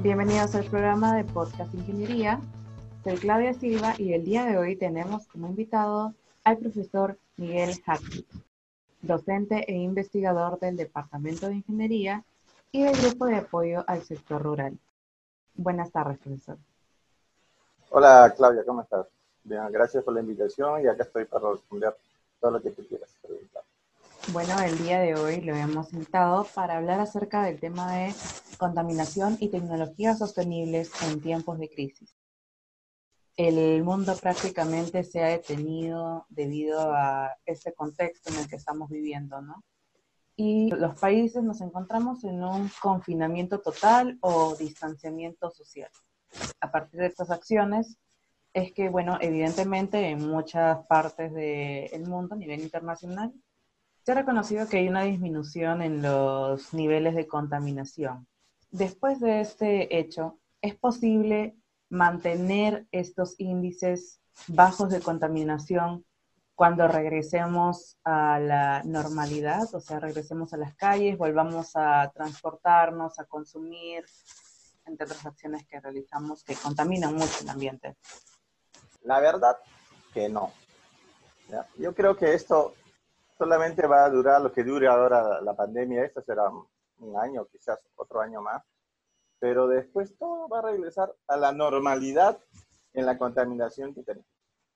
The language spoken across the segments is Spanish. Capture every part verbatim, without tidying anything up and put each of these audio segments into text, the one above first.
Bienvenidos al programa de Podcast Ingeniería. Soy Claudia Silva y el día de hoy tenemos como invitado al profesor Miguel Hartwig, docente e investigador del Departamento de Ingeniería y del Grupo de Apoyo al Sector Rural. Buenas tardes, profesor. Hola, Claudia, ¿cómo estás? Bien, gracias por la invitación y acá estoy para responder todo lo que tú quieras preguntar. Bueno, el día de hoy lo hemos invitado para hablar acerca del tema de contaminación y tecnologías sostenibles en tiempos de crisis. El mundo prácticamente se ha detenido debido a este contexto en el que estamos viviendo, ¿no? Y los países nos encontramos en un confinamiento total o distanciamiento social. A partir de estas acciones es que, bueno, evidentemente en muchas partes del mundo a nivel internacional se ha reconocido que hay una disminución en los niveles de contaminación. Después de este hecho, ¿es posible mantener estos índices bajos de contaminación cuando regresemos a la normalidad? O sea, regresemos a las calles, volvamos a transportarnos, a consumir, entre otras acciones que realizamos que contaminan mucho el ambiente. La verdad que no. ¿Ya? Yo creo que esto solamente va a durar lo que dure ahora la pandemia. Esto será un año, quizás otro año más. Pero después todo va a regresar a la normalidad en la contaminación que tenemos.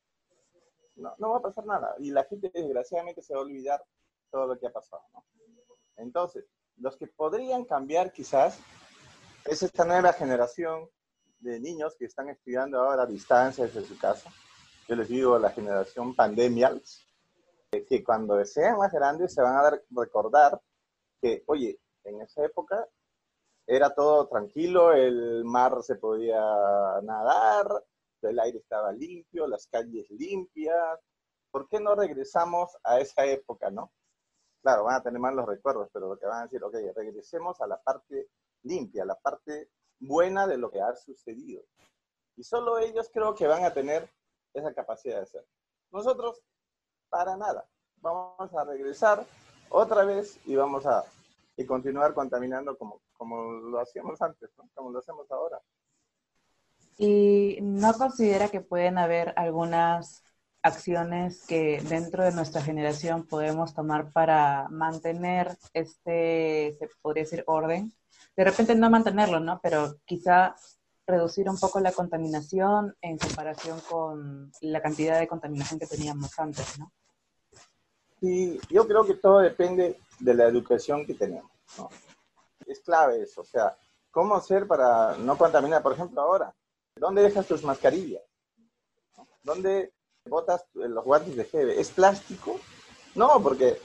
No, no va a pasar nada. Y la gente desgraciadamente se va a olvidar todo lo que ha pasado, ¿no? Entonces, los que podrían cambiar quizás es esta nueva generación de niños que están estudiando ahora a distancia desde su casa. Yo les digo la generación pandemials, que cuando sean más grandes se van a dar, recordar que, oye, en esa época era todo tranquilo, el mar se podía nadar, el aire estaba limpio, las calles limpias. ¿Por qué no regresamos a esa época, no? Claro, van a tener malos recuerdos, pero lo que van a decir, ok, regresemos a la parte limpia, a la parte buena de lo que ha sucedido. Y solo ellos creo que van a tener esa capacidad de hacer. Nosotros, para nada. Vamos a regresar otra vez y vamos a y continuar contaminando como, como lo hacíamos antes, ¿no? Como lo hacemos ahora. ¿Y no considera que pueden haber algunas acciones que dentro de nuestra generación podemos tomar para mantener este, se podría decir, orden? De repente no mantenerlo, ¿no? Pero quizá reducir un poco la contaminación en comparación con la cantidad de contaminación que teníamos antes, ¿no? Y yo creo que todo depende de la educación que tenemos, ¿no? Es clave eso, o sea, ¿cómo hacer para no contaminar? Por ejemplo, ahora, ¿dónde dejas tus mascarillas? ¿No? ¿Dónde botas los guantes de G B? ¿Es plástico? No, porque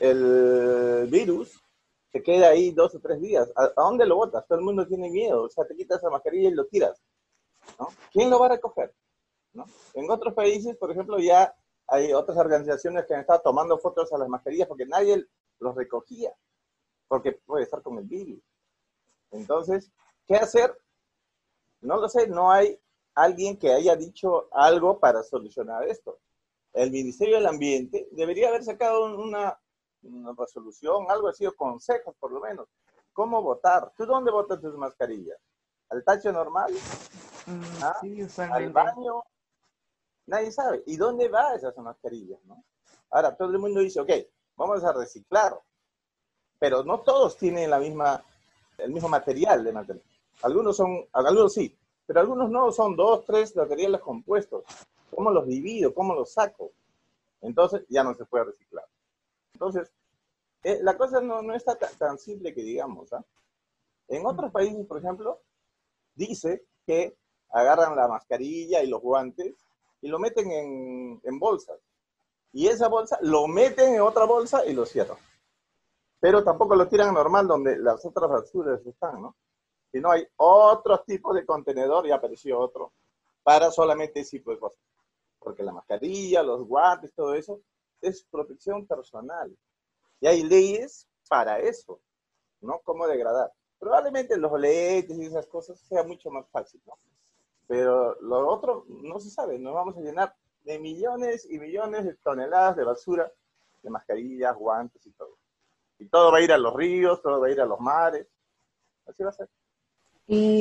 el virus se queda ahí dos o tres días. ¿A, a dónde lo botas? Todo el mundo tiene miedo, o sea, te quitas la mascarilla y lo tiras, ¿no? ¿Quién lo va a recoger? ¿No? En otros países, por ejemplo, ya hay otras organizaciones que han estado tomando fotos a las mascarillas porque nadie los recogía, porque puede estar con el virus. Entonces, ¿qué hacer? No lo sé, no hay alguien que haya dicho algo para solucionar esto. El Ministerio del Ambiente debería haber sacado una, una resolución, algo así, o consejos por lo menos. ¿Cómo votar? ¿Tú dónde votas tus mascarillas? ¿Al tacho normal? Mm, ¿Ah? sí, ¿Al usualmente. baño? Nadie sabe. ¿Y dónde va esas mascarillas, no? Ahora, todo el mundo dice, ok, vamos a reciclar, pero no todos tienen la misma, el mismo material de material. Algunos son, algunos sí, pero algunos no, son dos, tres materiales compuestos. ¿Cómo los divido? ¿Cómo los saco? Entonces ya no se puede reciclar. Entonces, eh, la cosa no, no está tan, tan simple que digamos, ¿ah? En otros países, por ejemplo, dice que agarran la mascarilla y los guantes y lo meten en, en bolsas. Y esa bolsa lo meten en otra bolsa y lo cierran. Pero tampoco lo tiran normal donde las otras basuras están, ¿no? Sino hay otros tipos de contenedor, ya apareció otro, para solamente ese tipo de cosas. Porque la mascarilla, los guantes, todo eso, es protección personal. Y hay leyes para eso, ¿no? Cómo degradar. Probablemente los leyes y esas cosas sea mucho más fácil, ¿no? Pero lo otro no se sabe. Nos vamos a llenar de millones y millones de toneladas de basura, de mascarillas, guantes y todo. Y todo va a ir a los ríos, todo va a ir a los mares. Así va a ser. Y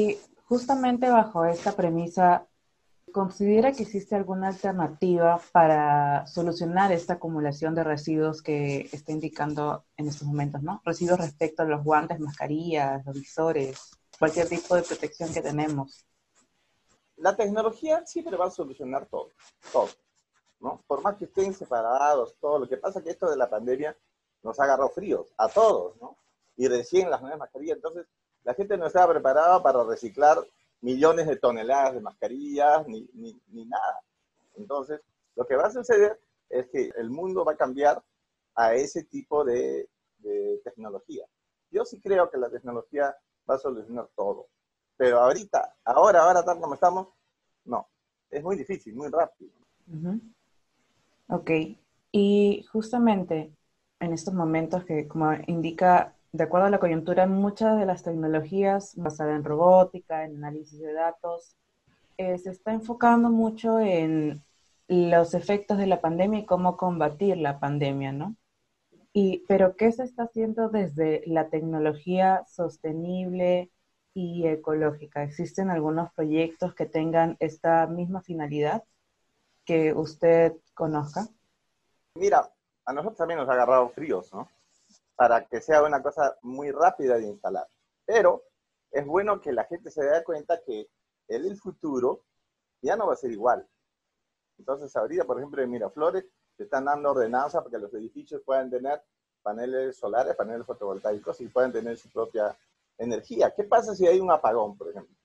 Justamente bajo esta premisa, ¿considera que existe alguna alternativa para solucionar esta acumulación de residuos que está indicando en estos momentos, ¿no? Residuos respecto a los guantes, mascarillas, los visores, cualquier tipo de protección que tenemos. La tecnología siempre va a solucionar todo, todo, ¿no? Por más que estén separados, todo. Lo que pasa es que esto de la pandemia nos ha agarrado fríos, a todos, ¿no? Y recién las nuevas mascarillas, entonces la gente no estaba preparada para reciclar millones de toneladas de mascarillas, ni, ni, ni nada. Entonces, lo que va a suceder es que el mundo va a cambiar a ese tipo de, de tecnología. Yo sí creo que la tecnología va a solucionar todo. Pero ahorita, ahora, ahora tal como estamos, no. Es muy difícil, muy rápido. Uh-huh. Ok, y justamente en estos momentos que, como indica, de acuerdo a la coyuntura, muchas de las tecnologías basadas en robótica, en análisis de datos, eh, se está enfocando mucho en los efectos de la pandemia y cómo combatir la pandemia, ¿no? Y, pero ¿qué se está haciendo desde la tecnología sostenible y ecológica? ¿Existen algunos proyectos que tengan esta misma finalidad que usted conozca? Mira, a nosotros también nos ha agarrado fríos, ¿no? Para que sea una cosa muy rápida de instalar. Pero es bueno que la gente se dé cuenta que en el futuro ya no va a ser igual. Entonces, ahorita, por ejemplo, en Miraflores, se están dando ordenanzas para que los edificios puedan tener paneles solares, paneles fotovoltaicos y puedan tener su propia energía. ¿Qué pasa si hay un apagón, por ejemplo?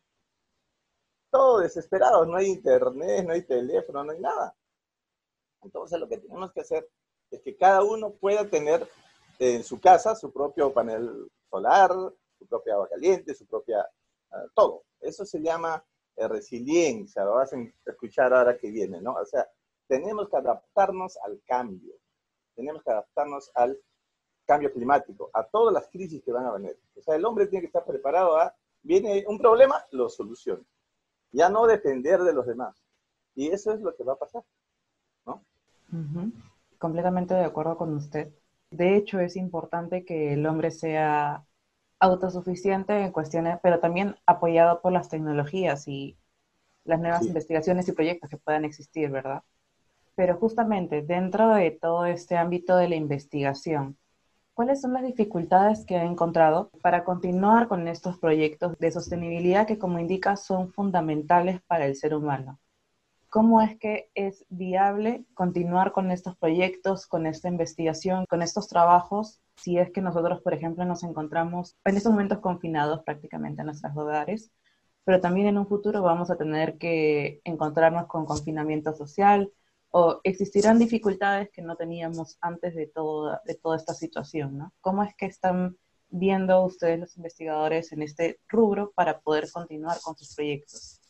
Todo desesperado, no hay internet, no hay teléfono, no hay nada. Entonces, lo que tenemos que hacer es que cada uno pueda tener en su casa su propio panel solar, su propia agua caliente, su propia, uh, todo. Eso se llama eh, resiliencia, lo vas a escuchar ahora que viene, ¿no? O sea, tenemos que adaptarnos al cambio, tenemos que adaptarnos al cambio climático, a todas las crisis que van a venir. O sea, el hombre tiene que estar preparado a, viene un problema, lo soluciona. Ya no depender de los demás. Y eso es lo que va a pasar, ¿no? Uh-huh. Completamente de acuerdo con usted. De hecho, es importante que el hombre sea autosuficiente en cuestiones, pero también apoyado por las tecnologías y las nuevas Sí. investigaciones y proyectos que puedan existir, ¿verdad? Pero justamente dentro de todo este ámbito de la investigación, ¿cuáles son las dificultades que ha encontrado para continuar con estos proyectos de sostenibilidad que, como indica, son fundamentales para el ser humano? ¿Cómo es que es viable continuar con estos proyectos, con esta investigación, con estos trabajos, si es que nosotros, por ejemplo, nos encontramos en estos momentos confinados prácticamente en nuestros hogares, pero también en un futuro vamos a tener que encontrarnos con confinamiento social o existirán dificultades que no teníamos antes de, todo, de toda esta situación, ¿no? ¿Cómo es que están viendo ustedes los investigadores en este rubro para poder continuar con sus proyectos?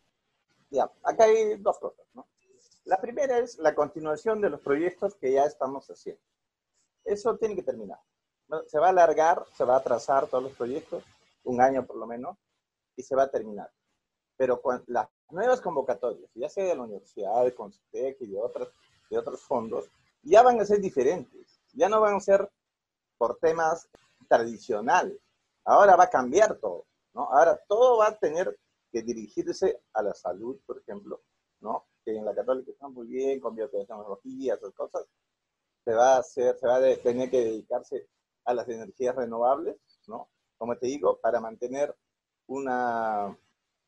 Ya, acá hay dos cosas, ¿no? La primera es la continuación de los proyectos que ya estamos haciendo. Eso tiene que terminar. Se va a alargar, se va a atrasar todos los proyectos, un año por lo menos, y se va a terminar. Pero con las nuevas convocatorias, ya sea de la universidad, de Concitec y de, otras, de otros fondos, ya van a ser diferentes. Ya no van a ser por temas tradicionales. Ahora va a cambiar todo, ¿no? Ahora todo va a tener que dirigirse a la salud, por ejemplo, ¿no? Que en la católica está muy bien, con biotecnología, esas cosas. Se va a hacer, se va a tener que dedicarse a las energías renovables, ¿no? Como te digo, para mantener una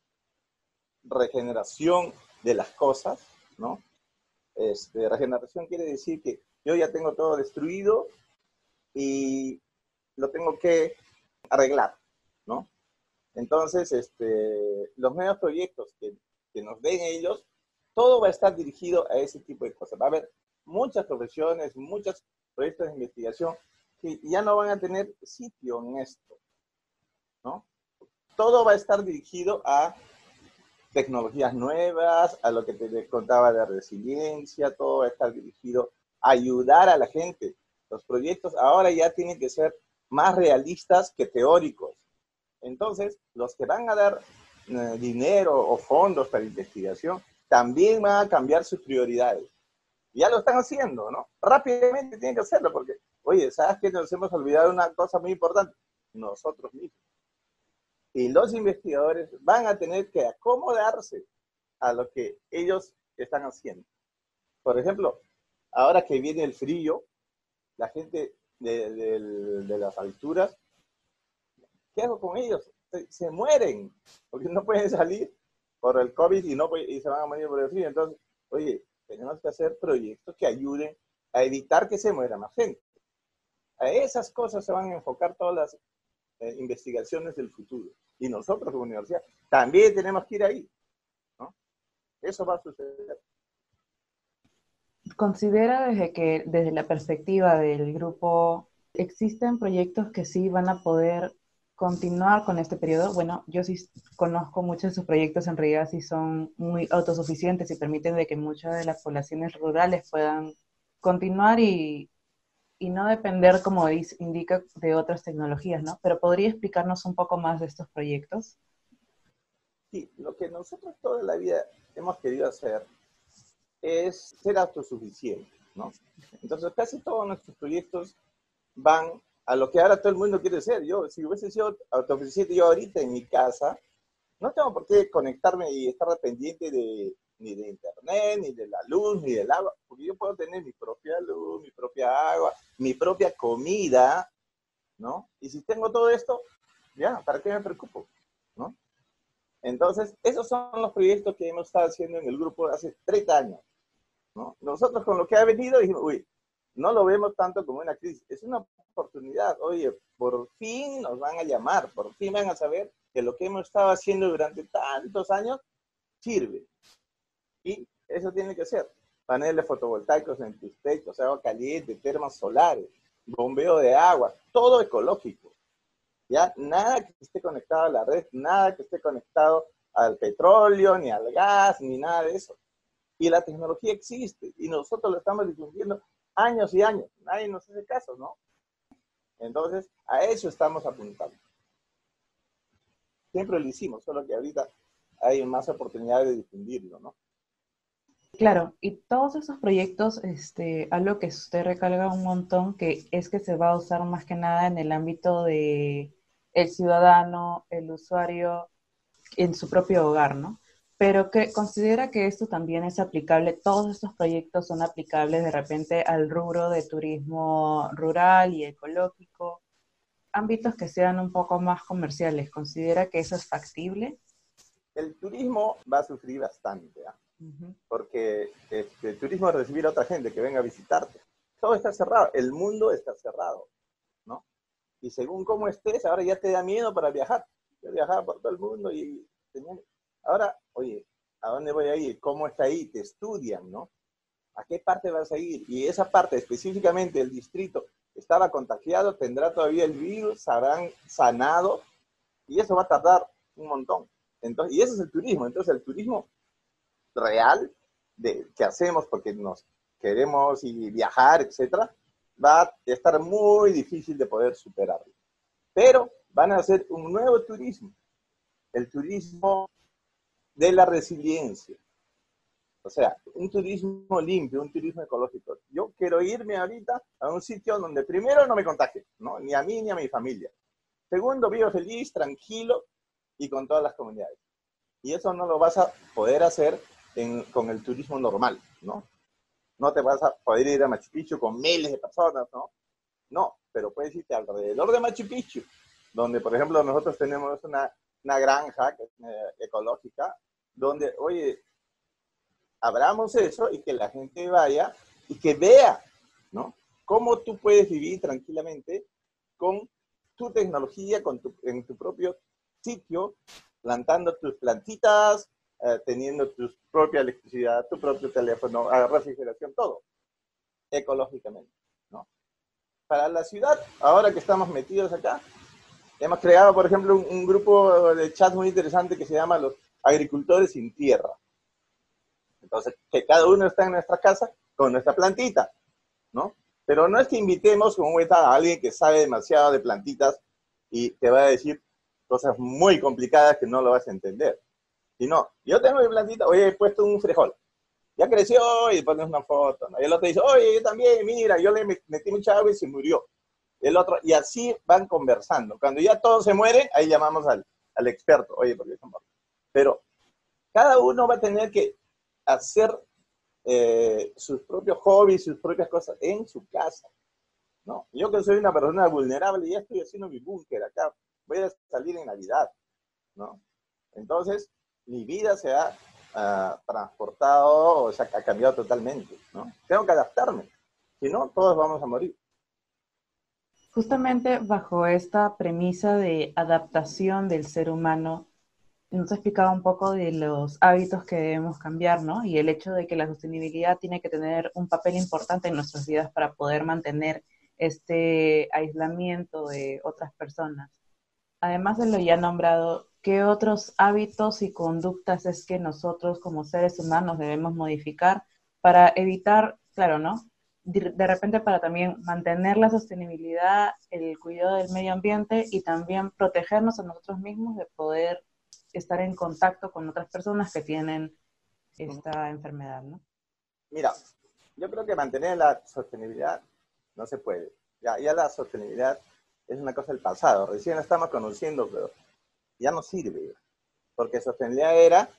regeneración de las cosas, ¿no? Este, regeneración quiere decir que yo ya tengo todo destruido y lo tengo que arreglar, ¿no? Entonces, este, los nuevos proyectos que, que nos den ellos, todo va a estar dirigido a ese tipo de cosas. Va a haber muchas profesiones, muchos proyectos de investigación que ya no van a tener sitio en esto, ¿no? Todo va a estar dirigido a tecnologías nuevas, a lo que te contaba de resiliencia, todo va a estar dirigido a ayudar a la gente. Los proyectos ahora ya tienen que ser más realistas que teóricos. Entonces, los que van a dar eh, dinero o fondos para investigación también van a cambiar sus prioridades. Ya lo están haciendo, ¿no? Rápidamente tienen que hacerlo porque, oye, ¿sabes qué? Nos hemos olvidado una cosa muy importante. Nosotros mismos. Y los investigadores van a tener que acomodarse a lo que ellos están haciendo. Por ejemplo, ahora que viene el frío, la gente de, de, de las alturas, ¿qué hago con ellos? Se, se mueren, porque no pueden salir por el COVID y, no, y se van a morir por el frío. Entonces, oye, tenemos que hacer proyectos que ayuden a evitar que se muera más gente. A esas cosas se van a enfocar todas las eh, investigaciones del futuro. Y nosotros como universidad también tenemos que ir ahí, ¿no? Eso va a suceder. Considera desde que, desde la perspectiva del grupo, ¿existen proyectos que sí van a poder continuar con este periodo? Bueno, yo sí conozco muchos de sus proyectos, en realidad sí son muy autosuficientes y permiten de que muchas de las poblaciones rurales puedan continuar y, y no depender, como dice, indica, de otras tecnologías, ¿no? Pero ¿podría explicarnos un poco más de estos proyectos? Sí, lo que nosotros toda la vida hemos querido hacer es ser autosuficientes, ¿no? Entonces casi todos nuestros proyectos van a lo que ahora todo el mundo quiere ser. Yo, si hubiese sido autosuficiente yo ahorita en mi casa, no tengo por qué conectarme y estar pendiente de, ni de internet, ni de la luz, ni del agua, porque yo puedo tener mi propia luz, mi propia agua, mi propia comida, ¿no? Y si tengo todo esto, ya, ¿para qué me preocupo? ¿No? Entonces, esos son los proyectos que hemos estado haciendo en el grupo hace treinta años, ¿no? Nosotros con lo que ha venido dijimos, uy, no lo vemos tanto como una crisis, es una oportunidad. Oye, por fin nos van a llamar, por fin van a saber que lo que hemos estado haciendo durante tantos años sirve. Y eso tiene que ser paneles fotovoltaicos en tus techos, agua caliente, termas solares, bombeo de agua, todo ecológico. Ya nada que esté conectado a la red, nada que esté conectado al petróleo, ni al gas, ni nada de eso. Y la tecnología existe y nosotros lo estamos difundiendo años y años. Nadie nos hace caso, ¿no? Entonces, a eso estamos apuntando. Siempre lo hicimos, solo que ahorita hay más oportunidad de difundirlo, ¿no? Claro, y todos esos proyectos, este, algo que usted recalca un montón, que es que se va a usar más que nada en el ámbito de el ciudadano, el usuario, en su propio hogar, ¿no? Pero que considera que esto también es aplicable, todos estos proyectos son aplicables de repente al rubro de turismo rural y ecológico, ámbitos que sean un poco más comerciales. ¿Considera que eso es factible? El turismo va a sufrir bastante, ¿eh? Uh-huh. Porque este, el turismo es recibir a otra gente que venga a visitarte. Todo está cerrado, el mundo está cerrado, ¿no? Y según cómo estés, ahora ya te da miedo para viajar. Yo viajaba por todo el mundo y tenía... Ahora, oye, ¿a dónde voy a ir? ¿Cómo está ahí? Te estudian, ¿no? ¿A qué parte vas a ir? Y esa parte, específicamente el distrito, estaba contagiado, tendrá todavía el virus, habrán sanado, y eso va a tardar un montón. Entonces, y ese es el turismo. Entonces, el turismo real de, que hacemos porque nos queremos y viajar, etcétera, va a estar muy difícil de poder superarlo. Pero van a hacer un nuevo turismo, el turismo de la resiliencia. O sea, un turismo limpio, un turismo ecológico. Yo quiero irme ahorita a un sitio donde primero no me contagie, ¿no? Ni a mí ni a mi familia. Segundo, vivo feliz, tranquilo y con todas las comunidades. Y eso no lo vas a poder hacer en, con el turismo normal, ¿no? No te vas a poder ir a Machu Picchu con miles de personas, ¿no? No, pero puedes irte alrededor de Machu Picchu, donde, por ejemplo, nosotros tenemos una, una granja eh, ecológica, donde, oye, abramos eso y que la gente vaya y que vea, ¿no? Cómo tú puedes vivir tranquilamente con tu tecnología, con tu, en tu propio sitio, plantando tus plantitas, eh, teniendo tu propia electricidad, tu propio teléfono, refrigeración, todo, ecológicamente, ¿no? Para la ciudad, ahora que estamos metidos acá, hemos creado, por ejemplo, un, un grupo de chat muy interesante que se llama los agricultores sin tierra. Entonces, que cada uno está en nuestra casa con nuestra plantita, ¿no? Pero no es que invitemos como a alguien que sabe demasiado de plantitas y te va a decir cosas muy complicadas que no lo vas a entender. Sino, yo tengo mi plantita, oye, he puesto un frijol, ya creció y pones una foto, ¿no? Y el otro dice, oye, yo también, mira, yo le metí mucha agua y se murió. El otro, y así van conversando. Cuando ya todos se mueren, ahí llamamos al, al experto, oye, ¿por qué son borrachos? Pero cada uno va a tener que hacer eh, sus propios hobbies, sus propias cosas en su casa, ¿no? Yo que soy una persona vulnerable, ya estoy haciendo mi búnker acá, voy a salir en Navidad, ¿no? Entonces, mi vida se ha uh, transportado, o sea, ha cambiado totalmente, ¿no? Tengo que adaptarme, si no, todos vamos a morir. Justamente bajo esta premisa de adaptación del ser humano, nos ha explicado un poco de los hábitos que debemos cambiar, ¿no? Y el hecho de que la sostenibilidad tiene que tener un papel importante en nuestras vidas para poder mantener este aislamiento de otras personas. Además de lo ya nombrado, ¿qué otros hábitos y conductas es que nosotros como seres humanos debemos modificar para evitar, claro, ¿no? De, de repente para también mantener la sostenibilidad, el cuidado del medio ambiente y también protegernos a nosotros mismos de poder estar en contacto con otras personas que tienen esta enfermedad, ¿no? Mira, yo creo que mantener la sostenibilidad no se puede. Ya, ya la sostenibilidad es una cosa del pasado, recién la estamos conociendo, pero ya no sirve. Porque sostenibilidad era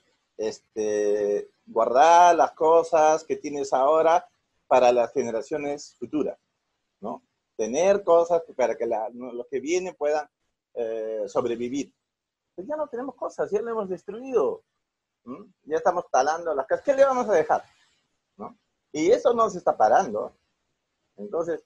este, guardar las cosas que tienes ahora para las generaciones futuras, ¿no? Tener cosas para que la, los que vienen puedan eh, sobrevivir. Pues ya no tenemos cosas, ya lo hemos destruido. ¿Mm? Ya estamos talando las casas. ¿Qué le vamos a dejar? ¿No? Y eso no se está parando. Entonces,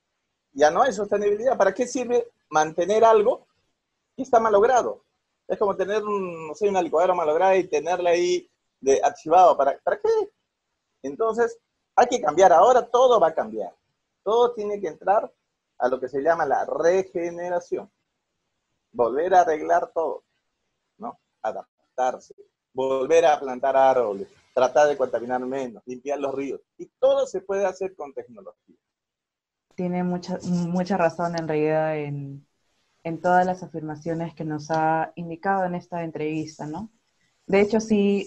ya no hay sostenibilidad. ¿Para qué sirve mantener algo que está malogrado? Es como tener un, no sé, una licuadora malograda y tenerla ahí de archivado. ¿Para, ¿Para qué? Entonces, hay que cambiar. Ahora todo va a cambiar. Todo tiene que entrar a lo que se llama la regeneración. Volver a arreglar todo, ¿no? Adaptarse. Volver a plantar árboles. Tratar de contaminar menos. Limpiar los ríos. Y todo se puede hacer con tecnología. Tiene mucha, mucha razón en realidad en, en todas las afirmaciones que nos ha indicado en esta entrevista, ¿no? De hecho, sí,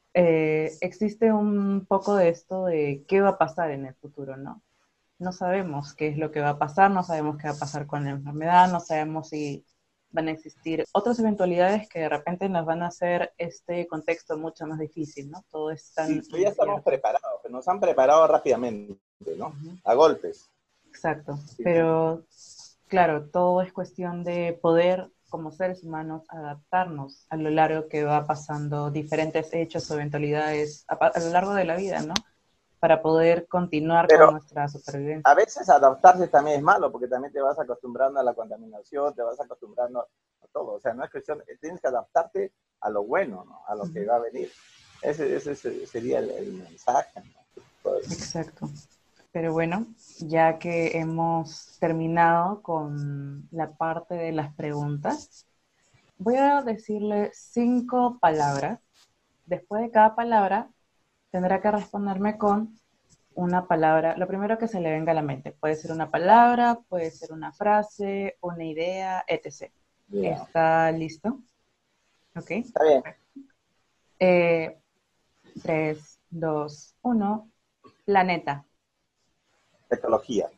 eh, existe un poco de esto de qué va a pasar en el futuro, ¿no? No sabemos qué es lo que va a pasar, no sabemos qué va a pasar con la enfermedad, no sabemos si van a existir otras eventualidades que de repente nos van a hacer este contexto mucho más difícil, ¿no? Todo es tan Sí, pero ya estamos incierto. preparados, que nos han preparado rápidamente, ¿no? Uh-huh. A golpes. Exacto, Sí. pero claro, todo es cuestión de poder, como seres humanos, adaptarnos a lo largo que va pasando diferentes hechos o eventualidades a, a lo largo de la vida, ¿no? Para poder continuar con Pero nuestra supervivencia. a veces adaptarse también es malo, porque también te vas acostumbrando a la contaminación, te vas acostumbrando a todo. O sea, no es cuestión, tienes que adaptarte a lo bueno, ¿no? A lo uh-huh. que va a venir. Ese, ese sería el, el mensaje, ¿no? Exacto. Pero bueno, ya que hemos terminado con la parte de las preguntas, voy a decirle cinco palabras. Después de cada palabra, tendrá que responderme con una palabra, lo primero que se le venga a la mente. Puede ser una palabra, puede ser una frase, una idea, etcétera. Yeah. ¿Está listo? Ok. Está bien. Eh, tres, dos, uno. Planeta. Tecnología.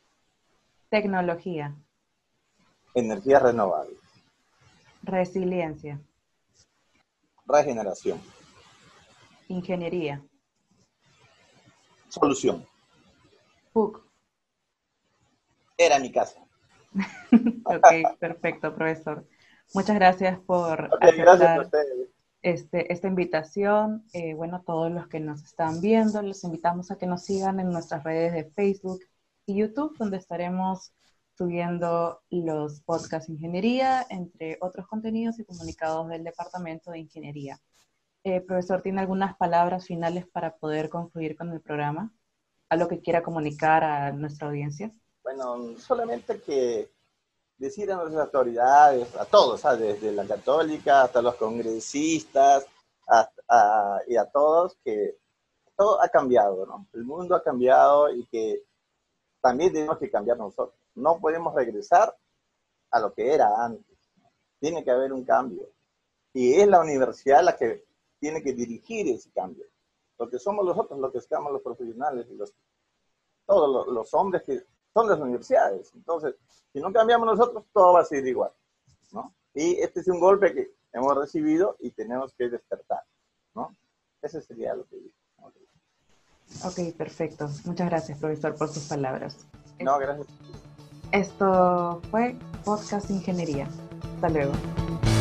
Tecnología. Energías renovables. Resiliencia. Regeneración. Ingeniería. Solución. P U C. Era mi casa. Ok, perfecto, profesor. Muchas gracias por okay, aceptar gracias a ustedes. Este, esta invitación. Eh, bueno, todos los que nos están viendo, los invitamos a que nos sigan en nuestras redes de Facebook y YouTube, donde estaremos subiendo los podcasts de ingeniería, entre otros contenidos y comunicados del Departamento de Ingeniería. Eh, profesor, ¿tiene algunas palabras finales para poder concluir con el programa? ¿Algo que quiera comunicar a nuestra audiencia? Bueno, solamente que decir a nuestras autoridades, a todos, ¿sabes? Desde la católica hasta los congresistas hasta, a, y a todos, que todo ha cambiado, ¿no? El mundo ha cambiado y que también tenemos que cambiar nosotros. No podemos regresar a lo que era antes. Tiene que haber un cambio. Y es la universidad la que tiene que dirigir ese cambio. Porque somos nosotros los que estamos, los profesionales, y los, todos los, los hombres que son las universidades. Entonces, si no cambiamos nosotros, todo va a seguir igual, ¿no? Y este es un golpe que hemos recibido y tenemos que despertar, ¿no? Ese sería lo que digo. Ok, perfecto. Muchas gracias, profesor, por sus palabras. No, gracias. Esto fue Podcast Ingeniería. Hasta luego.